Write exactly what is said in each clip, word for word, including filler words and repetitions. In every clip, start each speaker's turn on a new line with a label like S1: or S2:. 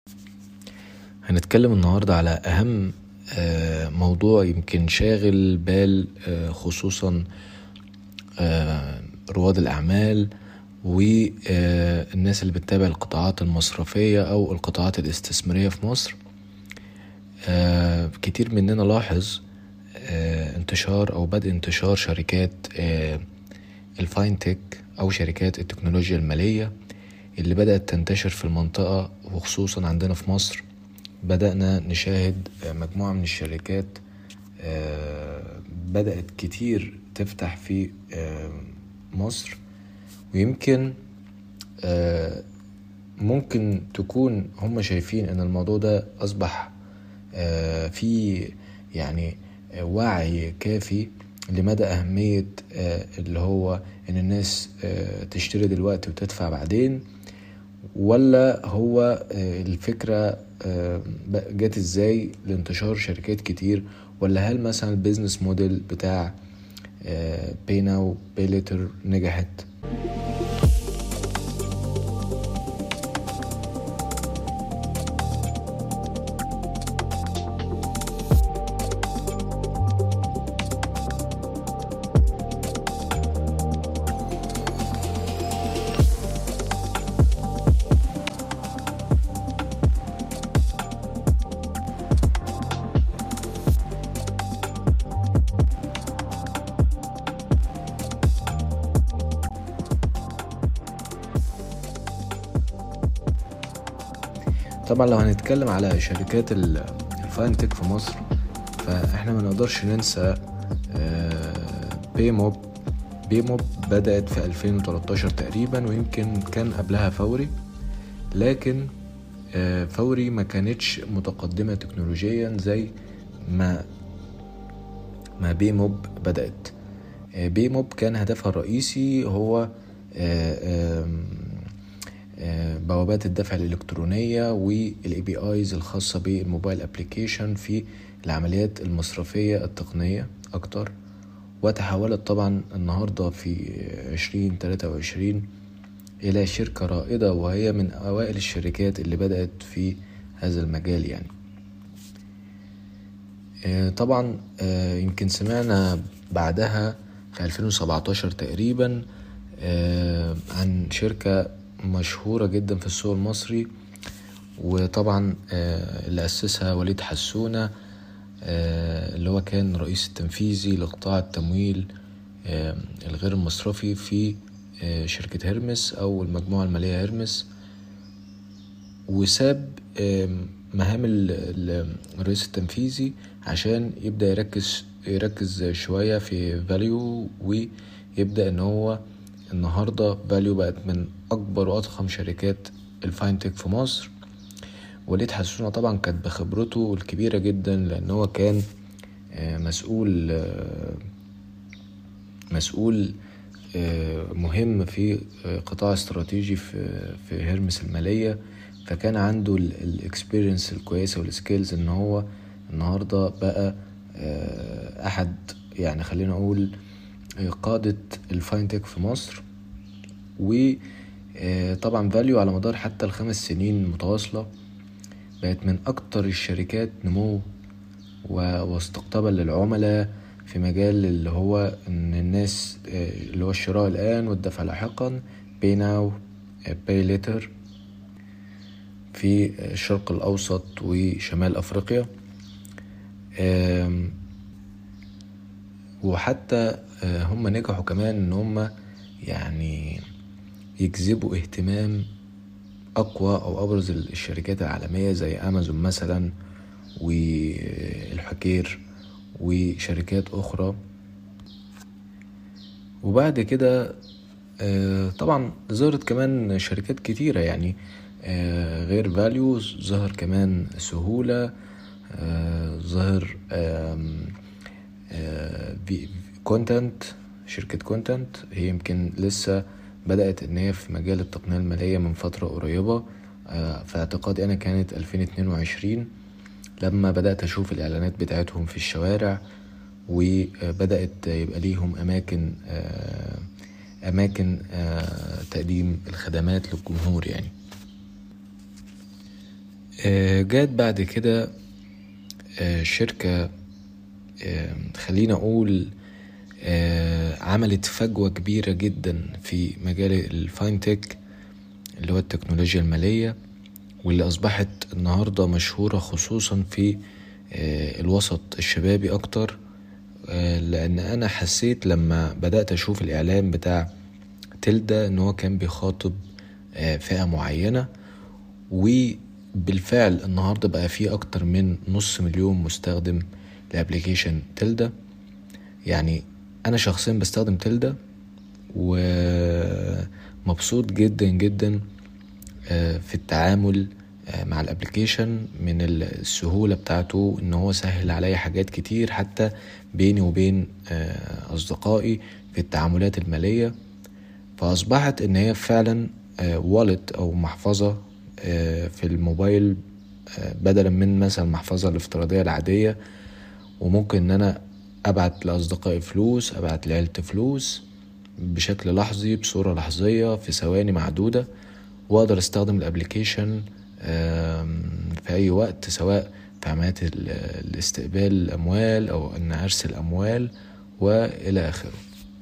S1: هنتكلم النهاردة على أهم موضوع يمكن شاغل بال خصوصا رواد الأعمال والناس اللي بتتابع القطاعات المصرفية أو القطاعات الاستثمارية في مصر. كتير مننا لاحظ انتشار أو بدء انتشار شركات الفاينتك أو شركات التكنولوجيا المالية اللي بدأت تنتشر في المنطقة، وخصوصا عندنا في مصر بدأنا نشاهد مجموعة من الشركات بدأت كتير تفتح في مصر. ويمكن ممكن تكون هم شايفين ان الموضوع ده اصبح في يعني وعي كافي لمدى اهمية اللي هو ان الناس تشتري دلوقتي وتدفع بعدين، ولا هو الفكرة جات ازاي لانتشار شركات كتير، ولا هل مثلا البيزنس موديل بتاع باي ناو باي ليتر نجحت؟ طبعا لو هنتكلم على شركات الفاينتك في مصر، فاحنا ما نقدرش ننسى بيموب. بيموب بدأت في ألفين وتلتاشر تقريبا، ويمكن كان قبلها فوري، لكن فوري ما كانتش متقدمة تكنولوجيا زي ما ما بيموب بدأت. بيموب كان هدفها الرئيسي هو بوابات الدفع الإلكترونية والاي بي ايز الخاصة بالموبايل ابليكيشن في العمليات المصرفية التقنية اكتر. وتحولت طبعا النهاردة في عشرين تلاتة وعشرين الى شركة رائدة، وهي من اوائل الشركات اللي بدأت في هذا المجال. يعني طبعا يمكن سمعنا بعدها في ألفين وسبعتاشر تقريبا عن شركة مشهورة جدا في السوق المصري، وطبعا اللي أسسها وليد حسونة، اللي هو كان رئيس التنفيذي لقطاع التمويل الغير المصرفي في شركة هيرمس أو المجموعة المالية هيرمس، وساب مهام الرئيس التنفيذي عشان يبدأ يركز يركز شوية في فاليو، ويبدأ ان هو النهاردة فاليو بقت من اكبر واضخم شركات الفاينتك في مصر. وليد حسونة طبعا كانت بخبرته الكبيرة جدا، لان هو كان مسؤول مسؤول مهم في قطاع استراتيجي في في هيرمس المالية، فكان عنده الاكسبيرينس الكويسة والسكيلز ان هو النهاردة بقى احد يعني خلينا اقول قادة الفاينتك في مصر. وطبعا فاليو على مدار حتى الخمس سنين متواصلة بقت من اكتر الشركات نمو واستقطابا للعملاء في مجال اللي هو ان الناس اللي هو الشراء الان والدفع لاحقا، باي ناو باي ليتر في الشرق الاوسط وشمال افريقيا. وحتى هم نجحوا كمان ان هم يعني يجذبوا اهتمام اقوى او ابرز الشركات العالمية زي امازون مثلا والحكير وشركات اخرى. وبعد كده طبعا ظهرت كمان شركات كتيرة، يعني غير فاليو ظهر كمان سهولة، ظهر كونتنت شركة كونتنت، هي يمكن لسه بدأت ان هي في مجال التقنية المالية من فترة قريبة. في اعتقادي انا كانت ألفين واتنين وعشرين لما بدأت اشوف الاعلانات بتاعتهم في الشوارع، وبدأت يبقى ليهم اماكن اماكن تقديم الخدمات للجمهور. يعني آه، جات بعد كده آه، شركة آه، خلينا أقول آه، عملت فجوة كبيرة جدا في مجال الفاينتك اللي هو التكنولوجيا المالية، واللي أصبحت النهاردة مشهورة خصوصا في آه، الوسط الشبابي أكتر. آه، لأن أنا حسيت لما بدأت أشوف الإعلان بتاع تلدا إن هو كان بيخاطب آه، فئة معينة، وبالفعل النهاردة بقى فيه أكتر من نص مليون مستخدم لأبليكيشن تلدا. يعني أنا شخصيا بستخدم تلدا ومبسوط جدا جدا في التعامل مع الابليكيشن، من السهولة بتاعته ان هو سهل عليا حاجات كتير حتى بيني وبين اصدقائي في التعاملات المالية. فاصبحت ان هي فعلا والت او محفظة في الموبايل بدلا من مثلا المحفظة الافتراضية العادية، وممكن ان انا ابعت لاصدقائي فلوس، ابعت لعيلتي فلوس بشكل لحظي بصورة لحظية في ثواني معدودة، واقدر استخدم الابليكيشن في اي وقت، سواء في عمليات الاستقبال الاموال او ان ارسل اموال والى اخره.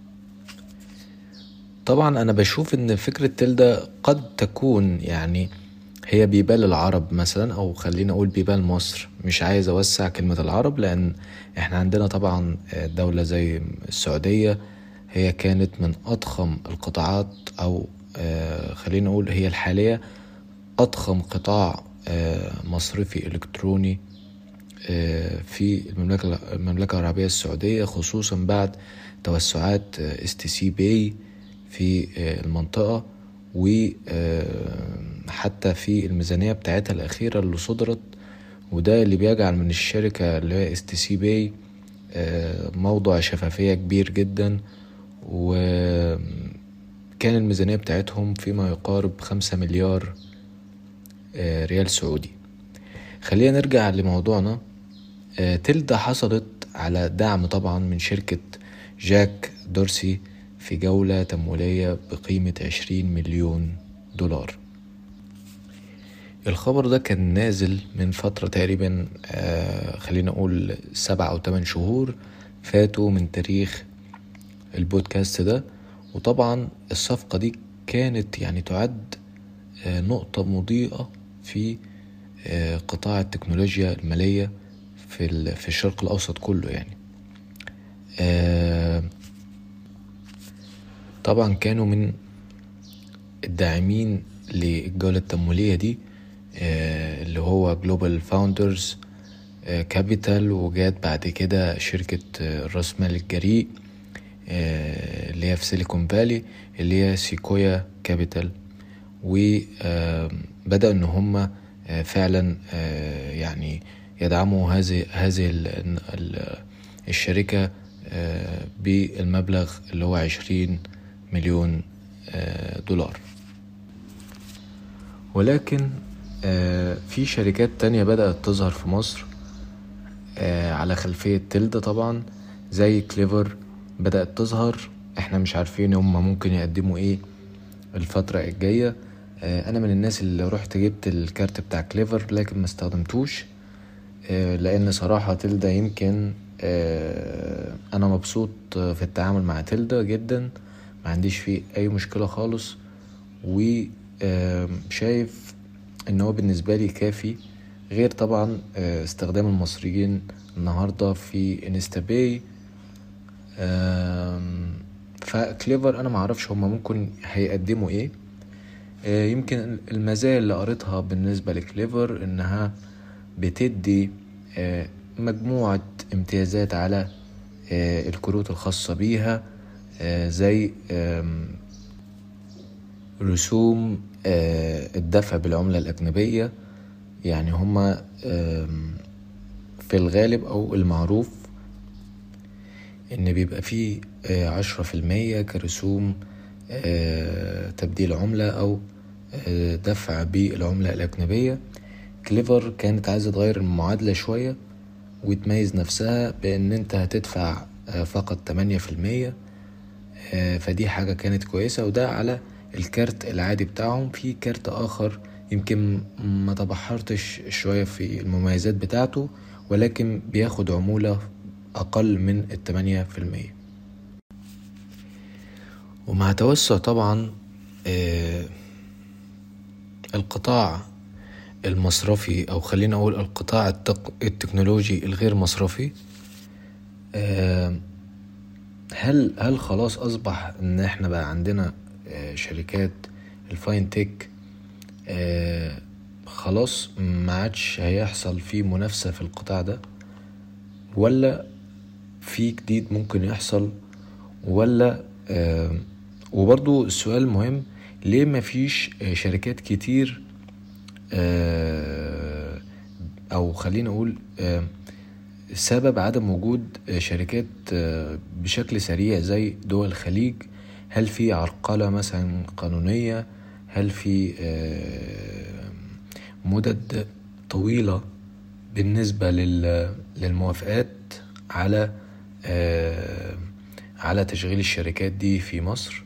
S1: طبعا انا بشوف ان فكرة تلدا قد تكون يعني هي بيبال العرب مثلا، او خلينا اقول بيبال مصر، مش عايز اوسع كلمة العرب لان احنا عندنا طبعا دولة زي السعودية هي كانت من اضخم القطاعات، او خلينا اقول هي الحالية اضخم قطاع مصرفي الكتروني في المملكة المملكة العربية السعودية، خصوصا بعد توسعات اس تي سي باي في المنطقة، وحتى في الميزانية بتاعتها الأخيرة اللي صدرت، وده اللي بيجعل من الشركة اللي هي اس تي سي باي موضوع شفافية كبير جدا. وكان الميزانية بتاعتهم فيما يقارب خمسة مليار ريال سعودي. خلينا نرجع لموضوعنا. تلدا حصلت على دعم طبعا من شركة جاك دورسي في جولة تمويلية بقيمة عشرين مليون دولار. الخبر ده كان نازل من فترة تقريبا خلينا نقول سبع أو تمن شهور فاتوا من تاريخ البودكاست ده. وطبعا الصفقة دي كانت يعني تعد نقطة مضيئة في قطاع التكنولوجيا المالية في في الشرق الأوسط كله. يعني طبعا كانوا من الداعمين للجولة التمويلية دي اللي هو جلوبال فاوندرز كابيتال، وجات بعد كده شركة الراس مال الجريء اللي هي في سيليكون فالي اللي هي سيكويا كابيتال، وبدأ ان هم فعلا يعني يدعموا هذه هذه الشركة بالمبلغ اللي هو عشرين مليون دولار. ولكن في شركات تانية بدأت تظهر في مصر على خلفية تلدا طبعا، زي كليفر بدأت تظهر. احنا مش عارفين هم ممكن يقدموا ايه الفترة الجاية. انا من الناس اللي رحت جبت الكارت بتاع كليفر لكن ما استخدمتوش، لان صراحة تلدا يمكن انا مبسوط في التعامل مع تلدا جدا، ما عنديش فيه اي مشكلة خالص، وشايف ان هو بالنسبة لي كافي، غير طبعا استخدام المصريين النهاردة في انستا باي. فكليفر انا معرفش هما ممكن هيقدموا ايه. يمكن المزايا اللي قريتها بالنسبة لكليفر انها بتدي مجموعة امتيازات على الكروت الخاصة بيها، زي رسوم الدفع بالعملة الأجنبية. يعني هما في الغالب أو المعروف إن بيبقى فيه عشرة في المية كرسوم تبديل عملة أو دفع بالعملة الأجنبية. كليفر كانت عايزة تغير المعادلة شوية وتميز نفسها بأن أنت هتدفع فقط تمانية في المية، فدي حاجة كانت كويسة. وده على الكارت العادي بتاعهم. في كارت آخر يمكن ما تبحرتش شوية في المميزات بتاعته، ولكن بياخد عمولة أقل من التمانية في المية. ومع توسع طبعا آه القطاع المصرفي، أو خلينا أقول القطاع التق... التكنولوجي الغير مصرفي، آه هل هل خلاص أصبح إن إحنا بقى عندنا آه شركات الفاين تك آه خلاص ما عادش هيحصل فيه منافسة في القطاع ده، ولا في جديد ممكن يحصل، ولا آه وبرضو السؤال مهم، ليه ما فيش شركات كتير آه او خلينا اقول آه سبب عدم وجود شركات آه بشكل سريع زي دول الخليج؟ هل في عرقلة مثلا قانونية؟ هل في آه مدد طويلة بالنسبة للموافقات على آه على تشغيل الشركات دي في مصر؟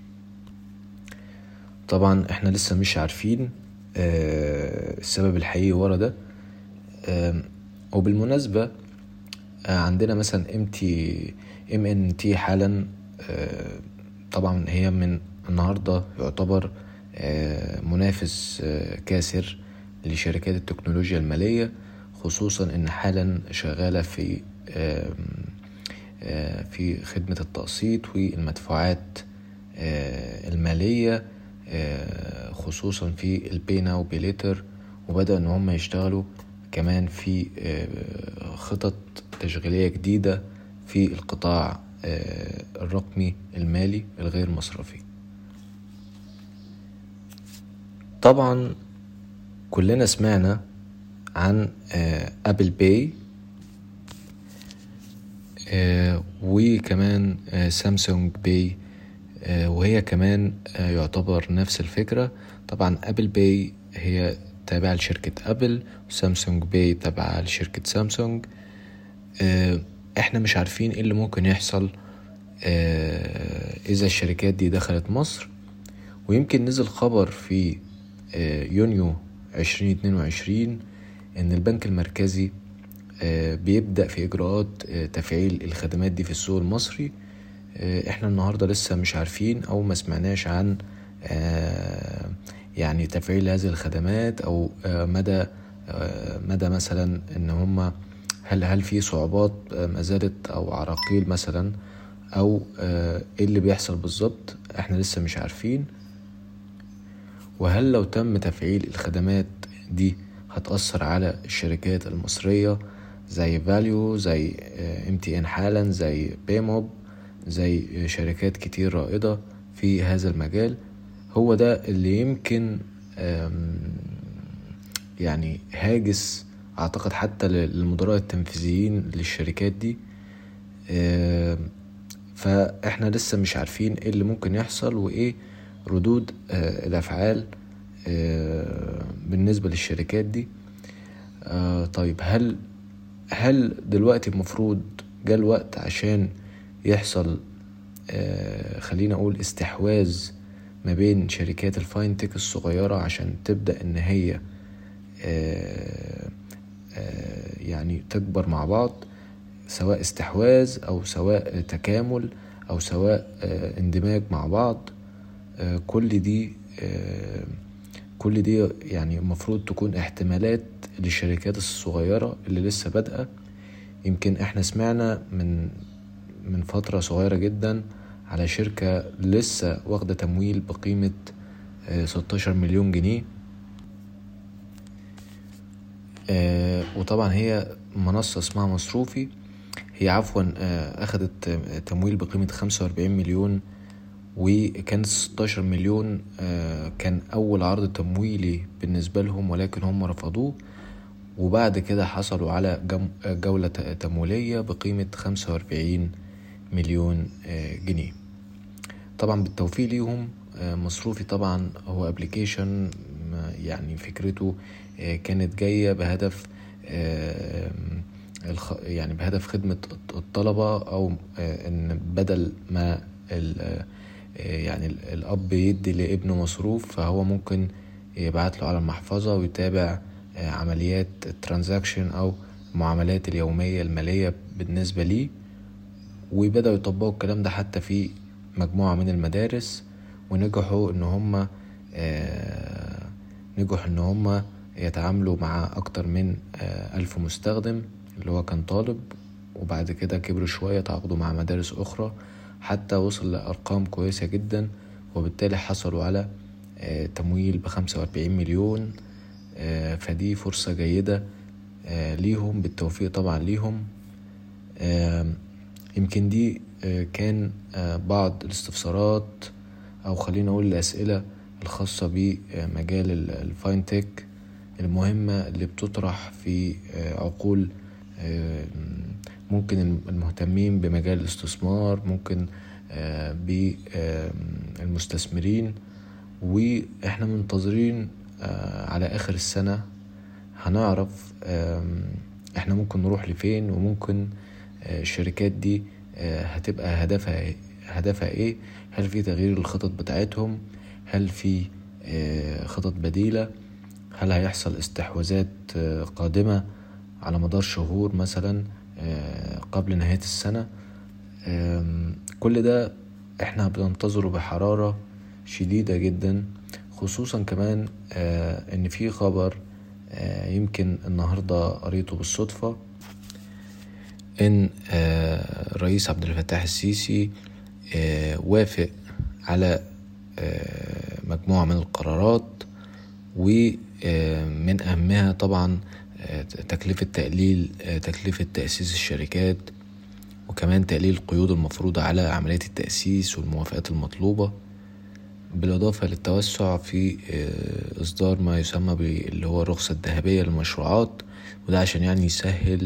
S1: طبعا احنا لسه مش عارفين آه السبب الحقيقي ورا ده. آه وبالمناسبة آه عندنا مثلا ام تي ام ان تي حالا، آه طبعا هي من النهاردة يعتبر آه منافس آه كاسر لشركات التكنولوجيا المالية، خصوصا ان حالا شغالة في آه آه في خدمة التقسيط والمدفوعات آه المالية، خصوصا في البي ناو بي ليتر، وبدأ ان هم يشتغلوا كمان في خطط تشغيلية جديدة في القطاع الرقمي المالي الغير مصرفي. طبعا كلنا سمعنا عن ابل باي وكمان سامسونج باي، وهي كمان يعتبر نفس الفكرة. طبعا ابل باي هي تابعة لشركة ابل، وسامسونج باي تابعة لشركة سامسونج. احنا مش عارفين ايه اللي ممكن يحصل اذا الشركات دي دخلت مصر. ويمكن نزل خبر في يونيو عشرين اتنين وعشرين ان البنك المركزي بيبدأ في اجراءات تفعيل الخدمات دي في السوق المصري. احنا النهاردة لسه مش عارفين او ما سمعناش عن يعني تفعيل هذه الخدمات، او مدى مدى مثلا ان هم هل هل في صعوبات ما زالت او عراقيل مثلا، او ايه اللي بيحصل بالظبط، احنا لسه مش عارفين. وهل لو تم تفعيل الخدمات دي هتأثر على الشركات المصرية زي فاليو، زي ام تي ان حالا، زي بيموب، زي شركات كتير رائدة في هذا المجال؟ هو ده اللي يمكن يعني هاجس اعتقد حتى للمدراء التنفيذيين للشركات دي. فاحنا لسه مش عارفين ايه اللي ممكن يحصل وايه ردود الافعال بالنسبة للشركات دي. طيب هل هل دلوقتي المفروض جاء الوقت عشان يحصل خلينا اقول استحواذ ما بين شركات الفاينتك الصغيرة عشان تبدأ ان هي يعني تكبر مع بعض، سواء استحواذ او سواء تكامل او سواء اندماج مع بعض؟ كل دي كل دي يعني المفروض تكون احتمالات للشركات الصغيرة اللي لسه بادئة. يمكن احنا سمعنا من من فترة صغيرة جدا على شركة لسه واخدة تمويل بقيمة ستاشر مليون جنيه، وطبعا هي منصة اسمها مصروفي. هي عفوا اخدت تمويل بقيمة خمسة واربعين مليون، وكان ستاشر مليون كان اول عرض تمويلي بالنسبة لهم، ولكن هم رفضوه. وبعد كده حصلوا على جولة تمويلية بقيمة خمسة واربعين مليون جنيه. طبعا بالتوفيق ليهم. مصروفي طبعا هو ابليكيشن يعني فكرته كانت جاية بهدف يعني بهدف خدمة الطلبة، او ان بدل ما يعني الاب يدي لابنه مصروف، فهو ممكن يبعت له على المحفظة ويتابع عمليات الترانزاكشن أو المعاملات اليومية المالية بالنسبة ليه. وبدأوا يطبقوا الكلام ده حتى في مجموعة من المدارس، ونجحوا ان هم نجحوا ان هم يتعاملوا مع اكتر من الف مستخدم اللي هو كان طالب، وبعد كده كبروا شوية تعاقدوا مع مدارس اخرى حتى وصل لارقام كويسة جدا، وبالتالي حصلوا على تمويل بخمسة واربعين مليون. فدي فرصة جيدة ليهم، بالتوفيق طبعا ليهم. يمكن دي كان بعض الاستفسارات او خلينا نقول الاسئلة الخاصة بمجال الفاينتك المهمة اللي بتطرح في عقول ممكن المهتمين بمجال الاستثمار، ممكن بالمستثمرين. واحنا منتظرين على اخر السنة هنعرف احنا ممكن نروح لفين، وممكن الشركات دي هتبقى هدفها هدفها ايه. هل في تغيير الخطط بتاعتهم؟ هل في خطط بديلة؟ هل هيحصل استحواذات قادمة على مدار شهور مثلا قبل نهاية السنة؟ كل ده احنا بننتظره بحرارة شديدة جدا، خصوصا كمان ان في خبر يمكن النهاردة قريته بالصدفة، ان الرئيس عبد الفتاح السيسي وافق على مجموعة من القرارات، ومن أهمها طبعا تكلفة تقليل تكلفة تأسيس الشركات، وكمان تقليل القيود المفروضة على عملية التأسيس والموافقات المطلوبة، بالإضافة للتوسع في إصدار ما يسمى باللي هو الرخصة الذهبية للمشروعات، وده عشان يعني يسهل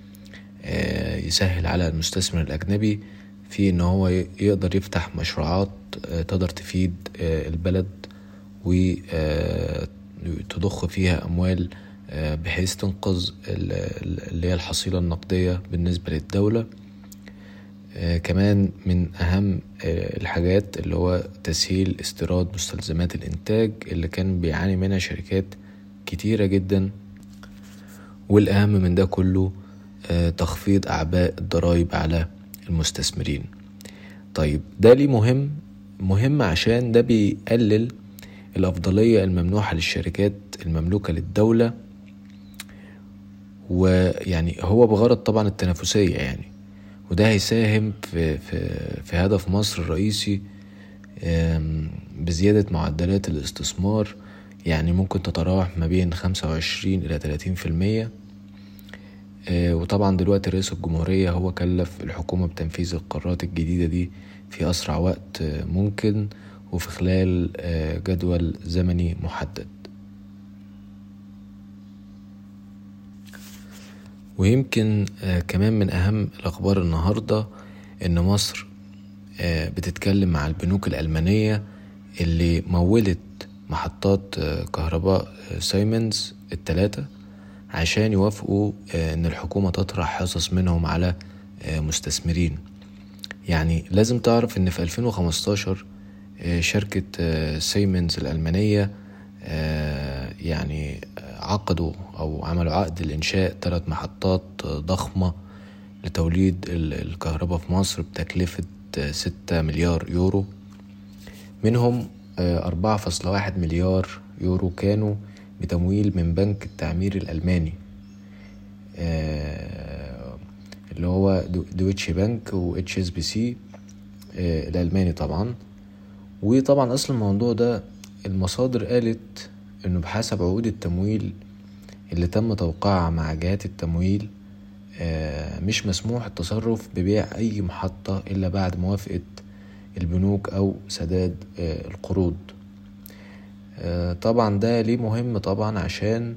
S1: يسهل على المستثمر الأجنبي في إن هو يقدر يفتح مشروعات تقدر تفيد البلد وتضخ فيها أموال بحيث تنقذ اللي هي الحصيلة النقدية بالنسبة للدولة. كمان من أهم الحاجات اللي هو تسهيل استيراد مستلزمات الإنتاج اللي كان بيعاني منها شركات كتيرة جدا، والأهم من ده كله تخفيض أعباء الضرائب على المستثمرين. طيب ده ليه مهم؟ مهم عشان ده بيقلل الأفضلية الممنوحة للشركات المملوكة للدولة، ويعني هو بغرض طبعا التنافسية يعني، وده هيساهم في, في, في هدف مصر الرئيسي بزيادة معدلات الاستثمار، يعني ممكن تتراوح ما بين خمسة وعشرين إلى ثلاثين في المية. وطبعا دلوقتي رئيس الجمهورية هو كلف الحكومة بتنفيذ القرارات الجديدة دي في أسرع وقت ممكن وفي خلال جدول زمني محدد. ويمكن كمان من أهم الأخبار النهاردة إن مصر بتتكلم مع البنوك الألمانية اللي مولت محطات كهرباء سايمنز الثلاثة عشان يوافقوا إن الحكومة تطرح حصص منهم على مستثمرين. يعني لازم تعرف إن في ألفين وخمستاشر شركة سايمنز الألمانية يعني عقدوا أو عملوا عقد لإنشاء ثلاث محطات ضخمة لتوليد الكهرباء في مصر بتكلفة ستة مليار يورو، منهم أربعة فاصلة واحد مليار يورو كانوا بتمويل من بنك التعمير الألماني اللي هو دويتشي بانك و اتش اس بي سي الألماني طبعا. وطبعا أصل الموضوع ده المصادر قالت إنه بحسب عقود التمويل اللي تم توقيعها مع جهات التمويل مش مسموح التصرف ببيع أي محطة إلا بعد موافقة البنوك أو سداد القروض. طبعا ده ليه مهم طبعا عشان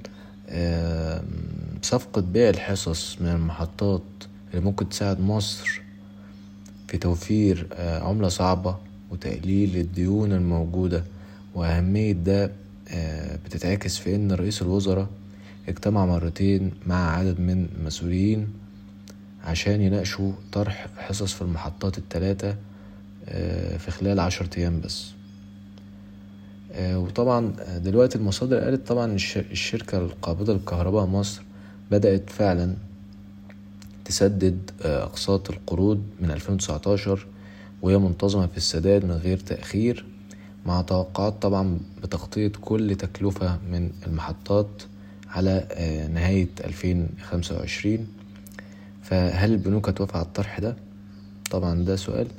S1: صفقة بيع الحصص من المحطات اللي ممكن تساعد مصر في توفير عملة صعبة وتقليل الديون الموجودة. وأهمية ده بتتعكس في إن رئيس الوزراء اجتمع مرتين مع عدد من المسؤولين عشان يناقشوا طرح حصص في المحطات الثلاثة في خلال عشرة أيام بس. وطبعا دلوقتي المصادر قالت طبعا الشركة القابضة للكهرباء مصر بدأت فعلا تسدد أقساط القروض من ألفين وتسعتاشر، وهي منتظمة في السداد من غير تأخير، مع توقعات طبعا بتغطية كل تكلفة من المحطات على نهاية ألفين وخمسة وعشرين. فهل البنوك هتوافق على الطرح ده؟ طبعا ده سؤال.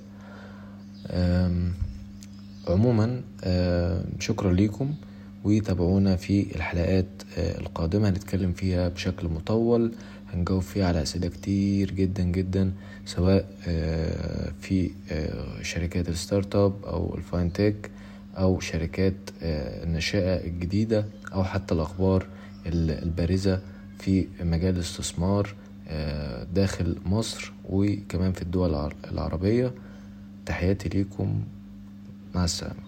S1: عموما شكرا ليكم، وتابعونا في الحلقات القادمة هنتكلم فيها بشكل مطول، هنجاوب فيها على أسئلة كتير جدا جدا، سواء في شركات الستارت اب أو الفاينتك أو شركات النشاءة الجديدة، أو حتى الأخبار البارزة في مجال الاستثمار داخل مصر وكمان في الدول العربية. تحياتي ليكم، مع السلامة.